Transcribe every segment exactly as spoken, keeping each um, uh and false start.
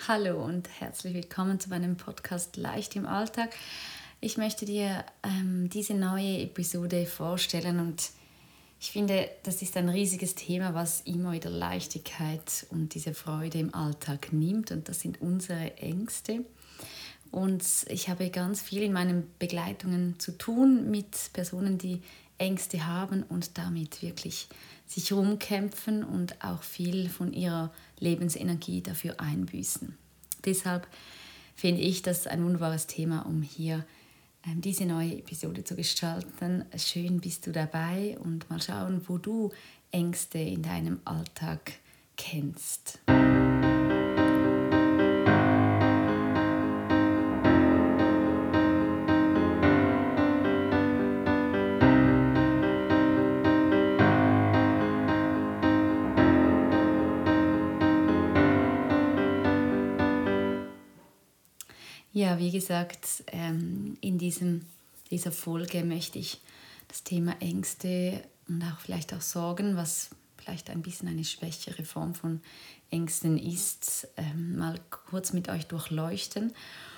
Hallo und herzlich willkommen zu meinem Podcast Leicht im Alltag. Ich möchte dir ähm, diese neue Episode vorstellen und ich finde, das ist ein riesiges Thema, was immer wieder Leichtigkeit und diese Freude im Alltag nimmt, und das sind unsere Ängste. Und ich habe ganz viel in meinen Begleitungen zu tun mit Personen, die Ängste haben und damit wirklich sich rumkämpfen und auch viel von ihrer Lebensenergie dafür einbüßen. Deshalb finde ich das ein wunderbares Thema, um hier ähm, diese neue Episode zu gestalten. Schön bist du dabei und mal schauen, wo du Ängste in deinem Alltag kennst. Ja, wie gesagt, ähm, in diesem, dieser Folge möchte ich das Thema Ängste und auch vielleicht auch Sorgen, was vielleicht ein bisschen eine schwächere Form von Ängsten ist, ähm, mal kurz mit euch durchleuchten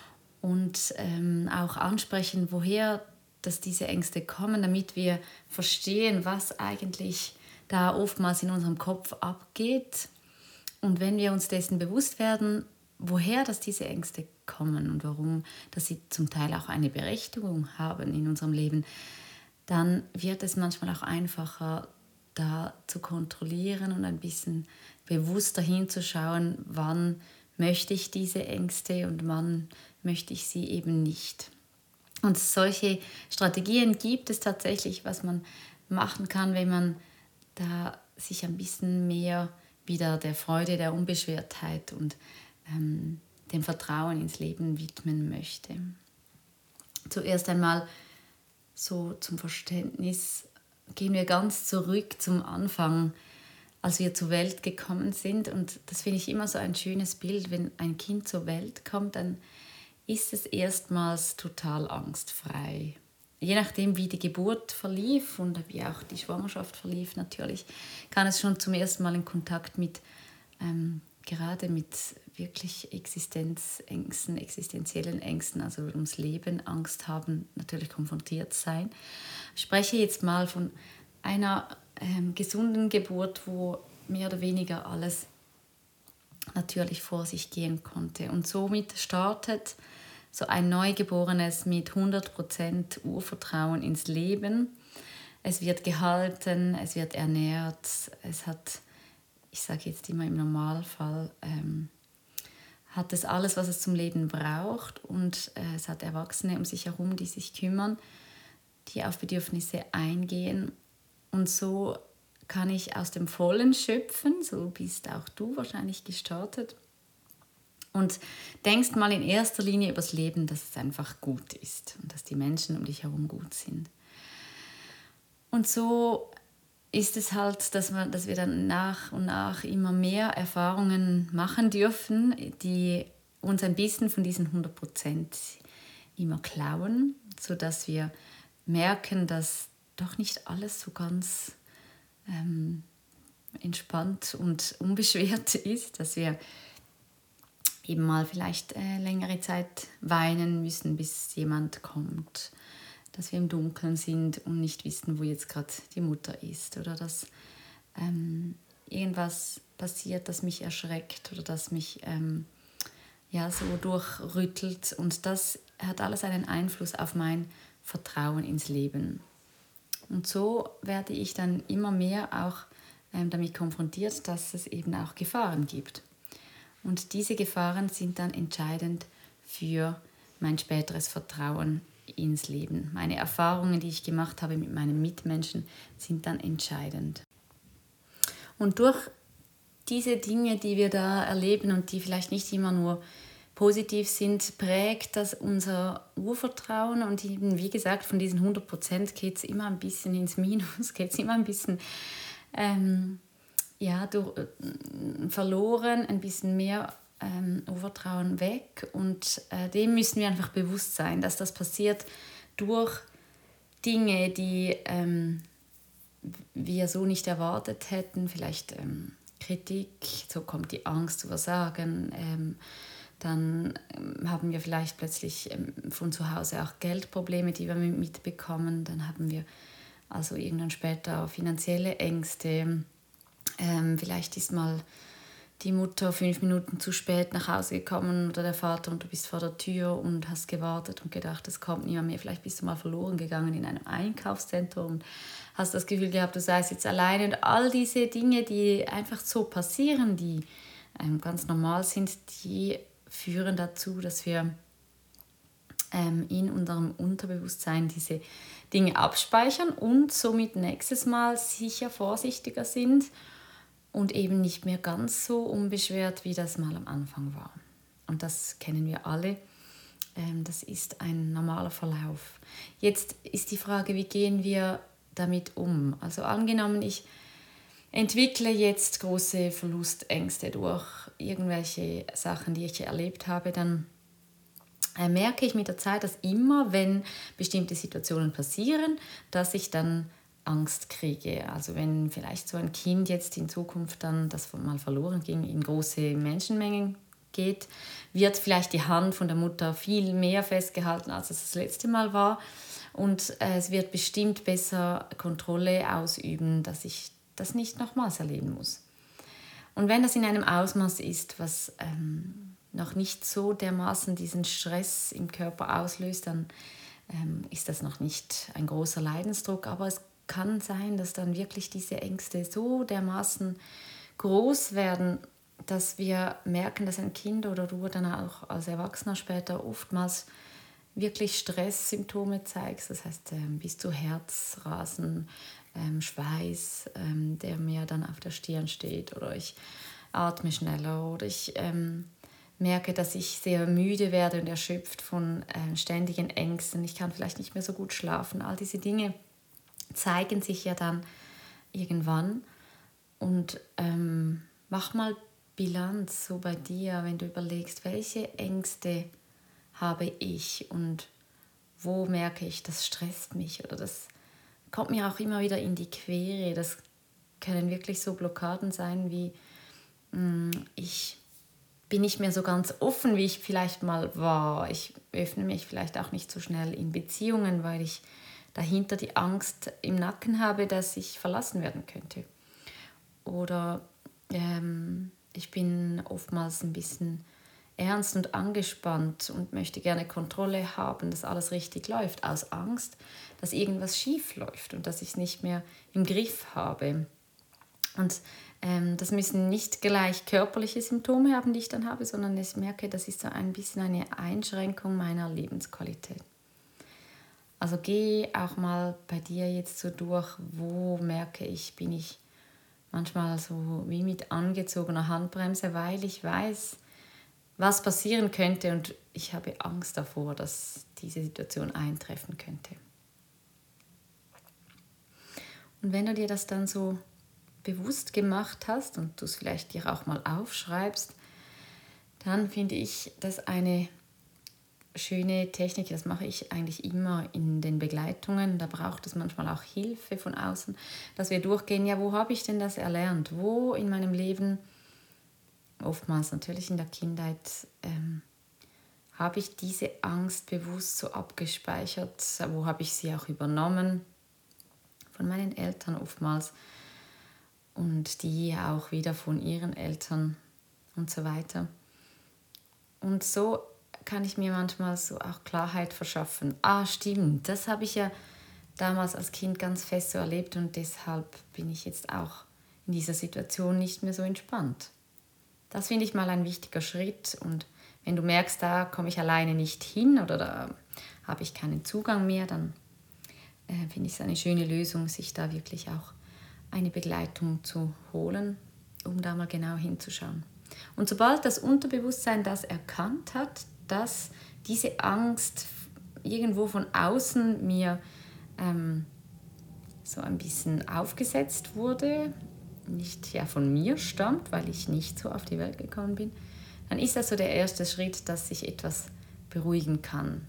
und ähm, auch ansprechen, woher dass diese Ängste kommen, damit wir verstehen, was eigentlich da oftmals in unserem Kopf abgeht. Und wenn wir uns dessen bewusst werden, woher dass diese Ängste kommen und warum dass sie zum Teil auch eine Berechtigung haben in unserem Leben, dann wird es manchmal auch einfacher, da zu kontrollieren und ein bisschen bewusster hinzuschauen, wann möchte ich diese Ängste und wann möchte ich sie eben nicht. Und solche Strategien gibt es tatsächlich, was man machen kann, wenn man da sich ein bisschen mehr wieder der Freude, der Unbeschwertheit und ähm, dem Vertrauen ins Leben widmen möchte. Zuerst einmal so zum Verständnis, gehen wir ganz zurück zum Anfang, als wir zur Welt gekommen sind. Und das finde ich immer so ein schönes Bild, wenn ein Kind zur Welt kommt, dann ist es erstmals total angstfrei. Je nachdem, wie die Geburt verlief und wie auch die Schwangerschaft verlief natürlich, kann es schon zum ersten Mal in Kontakt mit, ähm, gerade mit wirklich Existenzängsten, existenziellen Ängsten, also ums Leben, Angst haben, natürlich konfrontiert sein. Ich spreche jetzt mal von einer ähm, gesunden Geburt, wo mehr oder weniger alles natürlich vor sich gehen konnte. Und somit startet so ein Neugeborenes mit hundert Prozent Urvertrauen ins Leben. Es wird gehalten, es wird ernährt, es hat, ich sage jetzt immer im Normalfall, ähm, hat es alles, was es zum Leben braucht, und äh, es hat Erwachsene um sich herum, die sich kümmern, die auf Bedürfnisse eingehen. Und so kann ich aus dem Vollen schöpfen, so bist auch du wahrscheinlich gestartet. Und denkst mal in erster Linie über das Leben, dass es einfach gut ist und dass die Menschen um dich herum gut sind. Und so ist es halt, dass wir, dass wir dann nach und nach immer mehr Erfahrungen machen dürfen, die uns ein bisschen von diesen hundert Prozent immer klauen, sodass wir merken, dass doch nicht alles so ganz ähm, entspannt und unbeschwert ist, dass wir eben mal vielleicht äh, längere Zeit weinen müssen, bis jemand kommt, dass wir im Dunkeln sind und nicht wissen, wo jetzt gerade die Mutter ist, oder dass ähm, irgendwas passiert, das mich erschreckt oder das mich ähm, ja, so durchrüttelt, und das hat alles einen Einfluss auf mein Vertrauen ins Leben. Und so werde ich dann immer mehr auch ähm, damit konfrontiert, dass es eben auch Gefahren gibt. Und diese Gefahren sind dann entscheidend für mein späteres Vertrauen ins Leben. Meine Erfahrungen, die ich gemacht habe mit meinen Mitmenschen, sind dann entscheidend. Und durch diese Dinge, die wir da erleben und die vielleicht nicht immer nur positiv sind, prägt das unser Urvertrauen. Und eben, wie gesagt, von diesen hundert Prozent geht es immer ein bisschen ins Minus, geht es immer ein bisschen ähm, ja, durch, äh, verloren, ein bisschen mehr ähm, Urvertrauen weg. Und äh, dem müssen wir einfach bewusst sein, dass das passiert durch Dinge, die ähm, wir so nicht erwartet hätten. Vielleicht ähm, Kritik, so kommt die Angst zu versagen, ähm, Dann ähm, haben wir vielleicht plötzlich ähm, von zu Hause auch Geldprobleme, die wir mitbekommen. Dann haben wir also irgendwann später finanzielle Ängste. Ähm, vielleicht ist mal die Mutter fünf Minuten zu spät nach Hause gekommen oder der Vater und du bist vor der Tür und hast gewartet und gedacht, es kommt niemand mehr. Vielleicht bist du mal verloren gegangen in einem Einkaufszentrum und hast das Gefühl gehabt, du seist jetzt alleine. Und all diese Dinge, die einfach so passieren, die ähm, ganz normal sind, die führen dazu, dass wir ähm, in unserem Unterbewusstsein diese Dinge abspeichern und somit nächstes Mal sicher vorsichtiger sind und eben nicht mehr ganz so unbeschwert, wie das mal am Anfang war. Und das kennen wir alle. Ähm, das ist ein normaler Verlauf. Jetzt ist die Frage, wie gehen wir damit um? Also angenommen, ich entwickle jetzt große Verlustängste durch irgendwelche Sachen, die ich erlebt habe, dann äh, merke ich mit der Zeit, dass immer, wenn bestimmte Situationen passieren, dass ich dann Angst kriege. Also wenn vielleicht so ein Kind jetzt in Zukunft dann, das mal verloren ging, in große Menschenmengen geht, wird vielleicht die Hand von der Mutter viel mehr festgehalten, als es das letzte Mal war. Und äh, es wird bestimmt besser Kontrolle ausüben, dass ich das nicht nochmals erleben muss. Und wenn das in einem Ausmaß ist, was ähm, noch nicht so dermaßen diesen Stress im Körper auslöst, dann ähm, ist das noch nicht ein großer Leidensdruck, aber es kann sein, dass dann wirklich diese Ängste so dermaßen groß werden, dass wir merken, dass ein Kind oder du dann auch als Erwachsener später oftmals wirklich Stresssymptome zeigst. Das heißt, ähm, bis zu Herzrasen, ähm, Schweiß, ähm, der mir dann auf der Stirn steht, oder ich atme schneller oder ich ähm, merke, dass ich sehr müde werde und erschöpft von äh, ständigen Ängsten. Ich kann vielleicht nicht mehr so gut schlafen. All diese Dinge zeigen sich ja dann irgendwann. Und ähm, mach mal Bilanz so bei dir, wenn du überlegst, welche Ängste habe ich und wo merke ich, das stresst mich oder das kommt mir auch immer wieder in die Quere. Das können wirklich so Blockaden sein wie mh, ich bin nicht mehr so ganz offen, wie ich vielleicht mal war. Ich öffne mich vielleicht auch nicht so schnell in Beziehungen, weil ich dahinter die Angst im Nacken habe, dass ich verlassen werden könnte. Oder ähm, ich bin oftmals ein bisschen ernst und angespannt und möchte gerne Kontrolle haben, dass alles richtig läuft, aus Angst, dass irgendwas schief läuft und dass ich es nicht mehr im Griff habe. Und ähm, das müssen nicht gleich körperliche Symptome haben, die ich dann habe, sondern ich merke, das ist so ein bisschen eine Einschränkung meiner Lebensqualität. Also geh auch mal bei dir jetzt so durch, wo merke ich, bin ich manchmal so wie mit angezogener Handbremse, weil ich weiß, was passieren könnte und ich habe Angst davor, dass diese Situation eintreffen könnte. Und wenn du dir das dann so bewusst gemacht hast und du es vielleicht dir auch mal aufschreibst, dann finde ich das eine schöne Technik, das mache ich eigentlich immer in den Begleitungen, da braucht es manchmal auch Hilfe von außen, dass wir durchgehen, ja, wo habe ich denn das erlernt? Wo in meinem Leben, oftmals natürlich in der Kindheit, ähm, habe ich diese Angst bewusst so abgespeichert? Wo habe ich sie auch übernommen? Von meinen Eltern oftmals und die auch wieder von ihren Eltern und so weiter. Und so kann ich mir manchmal so auch Klarheit verschaffen. Ah, stimmt, das habe ich ja damals als Kind ganz fest so erlebt und deshalb bin ich jetzt auch in dieser Situation nicht mehr so entspannt. Das finde ich mal ein wichtiger Schritt und wenn du merkst, da komme ich alleine nicht hin oder da habe ich keinen Zugang mehr, dann äh, finde ich es eine schöne Lösung, sich da wirklich auch eine Begleitung zu holen, um da mal genau hinzuschauen. Und sobald das Unterbewusstsein das erkannt hat, dass diese Angst irgendwo von außen mir ähm, so ein bisschen aufgesetzt wurde, nicht ja von mir stammt, weil ich nicht so auf die Welt gekommen bin, dann ist das so der erste Schritt, dass sich etwas beruhigen kann.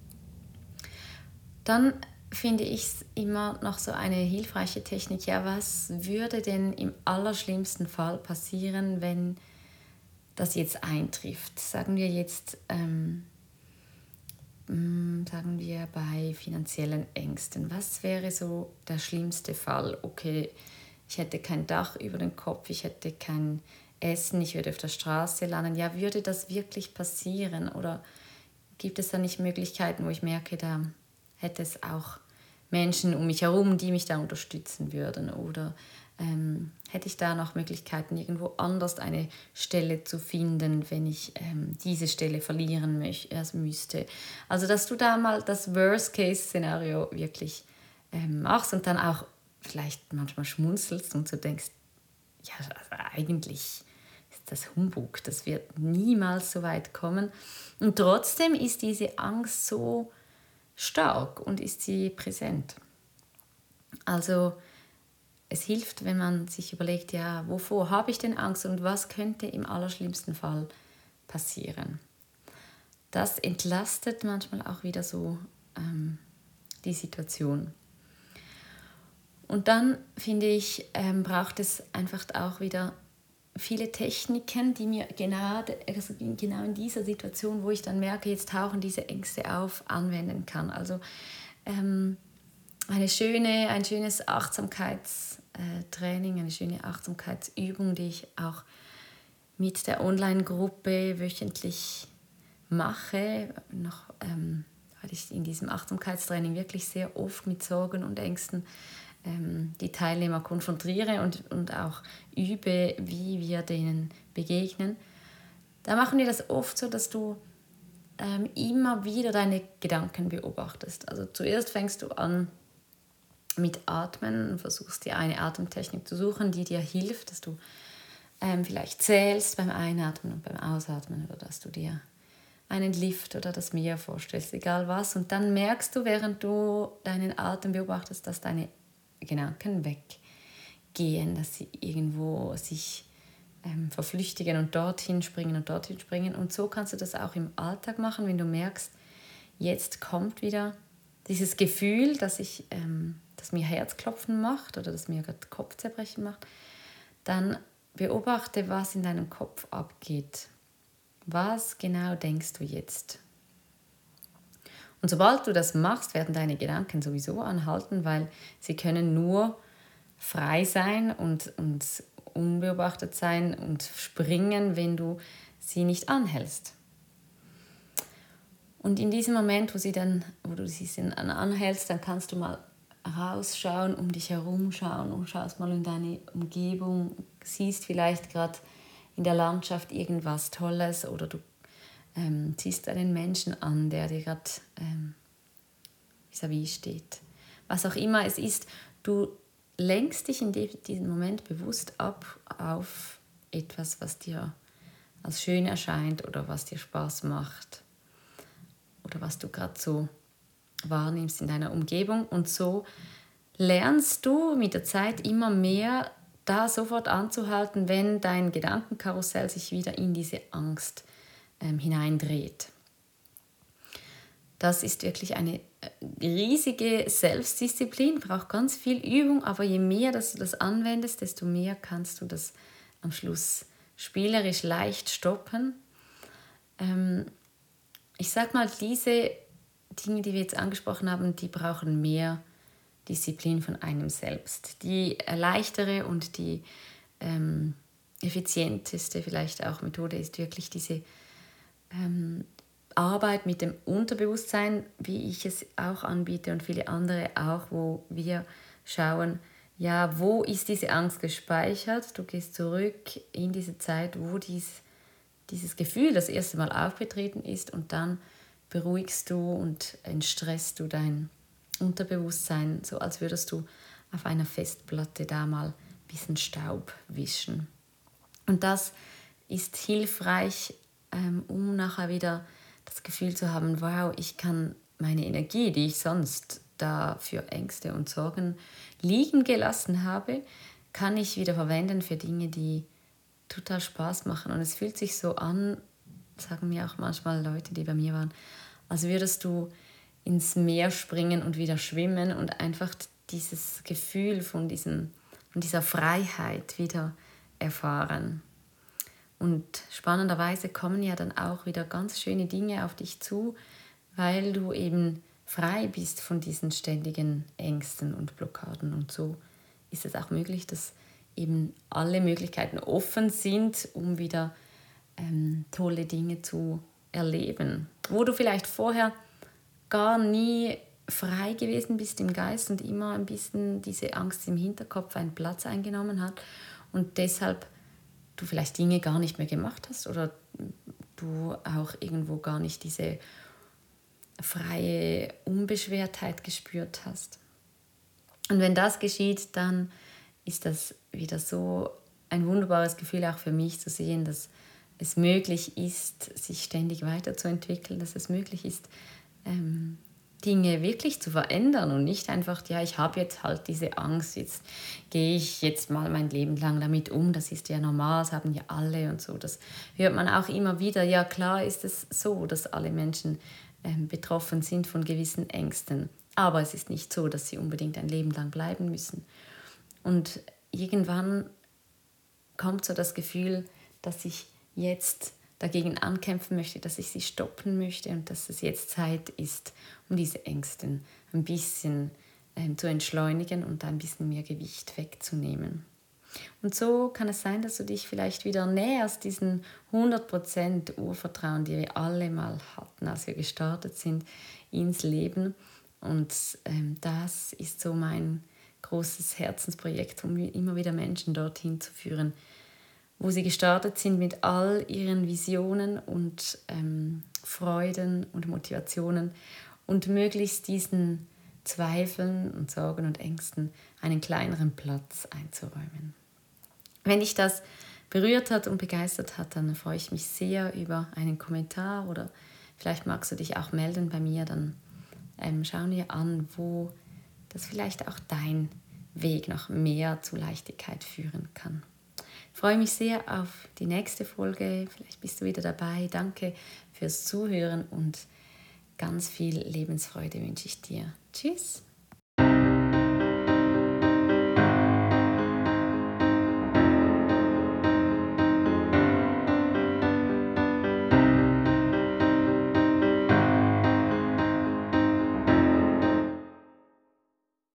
Dann finde ich es immer noch so eine hilfreiche Technik. Ja, was würde denn im allerschlimmsten Fall passieren, wenn das jetzt eintrifft. Sagen wir jetzt, ähm, sagen wir bei finanziellen Ängsten. Was wäre so der schlimmste Fall? Okay, ich hätte kein Dach über dem Kopf, ich hätte kein Essen, ich würde auf der Straße landen. Ja, würde das wirklich passieren? Oder gibt es da nicht Möglichkeiten, wo ich merke, da hätte es auch Menschen um mich herum, die mich da unterstützen würden? Oder ähm, hätte ich da noch Möglichkeiten, irgendwo anders eine Stelle zu finden, wenn ich ähm, diese Stelle verlieren möch- also müsste? Also, dass du da mal das Worst-Case-Szenario wirklich ähm, machst und dann auch vielleicht manchmal schmunzelst und so denkst, ja, also eigentlich ist das Humbug, das wird niemals so weit kommen. Und trotzdem ist diese Angst so stark und ist sie präsent. Also es hilft, wenn man sich überlegt, ja, wovor habe ich denn Angst und was könnte im allerschlimmsten Fall passieren. Das entlastet manchmal auch wieder so ähm, die Situation. Und dann, finde ich, ähm, braucht es einfach auch wieder viele Techniken, die mir genau, also genau in dieser Situation, wo ich dann merke, jetzt tauchen diese Ängste auf, anwenden kann. Also ähm, eine schöne, ein schönes Achtsamkeitstraining, eine schöne Achtsamkeitsübung, die ich auch mit der Online-Gruppe wöchentlich mache, noch, ähm, weil ich in diesem Achtsamkeitstraining wirklich sehr oft mit Sorgen und Ängsten ähm, die Teilnehmer konfrontiere und, und auch übe, wie wir denen begegnen. Da machen wir das oft so, dass du ähm, immer wieder deine Gedanken beobachtest. Also zuerst fängst du an mit Atmen und versuchst dir eine Atemtechnik zu suchen, die dir hilft, dass du ähm, vielleicht zählst beim Einatmen und beim Ausatmen oder dass du dir einen Lift oder das Meer vorstellst, egal was. Und dann merkst du, während du deinen Atem beobachtest, dass deine Gedanken weggehen, dass sie irgendwo sich ähm, verflüchtigen und dorthin springen und dorthin springen. Und so kannst du das auch im Alltag machen, wenn du merkst, jetzt kommt wieder dieses Gefühl, dass, ich, ähm, dass mir Herzklopfen macht oder dass mir gerade Kopfzerbrechen macht, dann beobachte, was in deinem Kopf abgeht. Was genau denkst du jetzt? Und sobald du das machst, werden deine Gedanken sowieso anhalten, weil sie können nur frei sein und, und unbeobachtet sein und springen, wenn du sie nicht anhältst. Und in diesem Moment, wo, sie dann, wo du sie dann anhältst, dann kannst du mal rausschauen, um dich herum schauen und schaust mal in deine Umgebung, siehst vielleicht gerade in der Landschaft irgendwas Tolles oder du ähm, ziehst einen Menschen an, der dir gerade ähm, vis-à-vis steht. Was auch immer es ist, du lenkst dich in diesem Moment bewusst ab auf etwas, was dir als schön erscheint oder was dir Spaß macht oder was du gerade so wahrnimmst in deiner Umgebung. Und so lernst du mit der Zeit immer mehr, da sofort anzuhalten, wenn dein Gedankenkarussell sich wieder in diese Angst ähm, hineindreht. Das ist wirklich eine riesige Selbstdisziplin, braucht ganz viel Übung, aber je mehr dass du das anwendest, desto mehr kannst du das am Schluss spielerisch leicht stoppen. Ähm, ich sag mal, diese Dinge, die wir jetzt angesprochen haben, die brauchen mehr Disziplin von einem selbst. Die leichtere und die ähm, effizienteste vielleicht auch Methode ist wirklich diese ähm, Arbeit mit dem Unterbewusstsein, wie ich es auch anbiete und viele andere auch, wo wir schauen, ja, wo ist diese Angst gespeichert? Du gehst zurück in diese Zeit, wo dies, dieses Gefühl das erste Mal aufgetreten ist und dann beruhigst du und entstresst du dein Unterbewusstsein, so als würdest du auf einer Festplatte da mal ein bisschen Staub wischen. Und das ist hilfreich, ähm, um nachher wieder das Gefühl zu haben, wow, ich kann meine Energie, die ich sonst da für Ängste und Sorgen liegen gelassen habe, kann ich wieder verwenden für Dinge, die total Spaß machen. Und es fühlt sich so an, sagen mir auch manchmal Leute, die bei mir waren, als würdest du ins Meer springen und wieder schwimmen und einfach dieses Gefühl von, diesem, von dieser Freiheit wieder erfahren. Und spannenderweise kommen ja dann auch wieder ganz schöne Dinge auf dich zu, weil du eben frei bist von diesen ständigen Ängsten und Blockaden. Und so ist es auch möglich, dass eben alle Möglichkeiten offen sind, um wieder ähm, tolle Dinge zu erleben. Wo du vielleicht vorher gar nie frei gewesen bist im Geist und immer ein bisschen diese Angst im Hinterkopf einen Platz eingenommen hat und deshalb du vielleicht Dinge gar nicht mehr gemacht hast oder du auch irgendwo gar nicht diese freie Unbeschwertheit gespürt hast. Und wenn das geschieht, dann ist das wieder so ein wunderbares Gefühl auch für mich zu sehen, dass es möglich ist, sich ständig weiterzuentwickeln, dass es möglich ist, ähm, Dinge wirklich zu verändern und nicht einfach, ja, ich habe jetzt halt diese Angst, jetzt gehe ich jetzt mal mein Leben lang damit um, das ist ja normal, das haben ja alle und so. Das hört man auch immer wieder. Ja, klar ist es so, dass alle Menschen ähm, betroffen sind von gewissen Ängsten, aber es ist nicht so, dass sie unbedingt ein Leben lang bleiben müssen. Und irgendwann kommt so das Gefühl, dass ich jetzt dagegen ankämpfen möchte, dass ich sie stoppen möchte und dass es jetzt Zeit ist, um diese Ängste ein bisschen ähm, zu entschleunigen und ein bisschen mehr Gewicht wegzunehmen. Und so kann es sein, dass du dich vielleicht wieder näherst, diesen hundert Prozent Urvertrauen, die wir alle mal hatten, als wir gestartet sind ins Leben. Und ähm, das ist so mein großes Herzensprojekt, um immer wieder Menschen dorthin zu führen, wo sie gestartet sind mit all ihren Visionen und ähm, Freuden und Motivationen und möglichst diesen Zweifeln und Sorgen und Ängsten einen kleineren Platz einzuräumen. Wenn dich das berührt hat und begeistert hat, dann freue ich mich sehr über einen Kommentar oder vielleicht magst du dich auch melden bei mir, dann ähm, schauen wir an, wo das vielleicht auch dein Weg noch mehr zu Leichtigkeit führen kann. Ich freue mich sehr auf die nächste Folge. Vielleicht bist du wieder dabei. Danke fürs Zuhören und ganz viel Lebensfreude wünsche ich dir. Tschüss.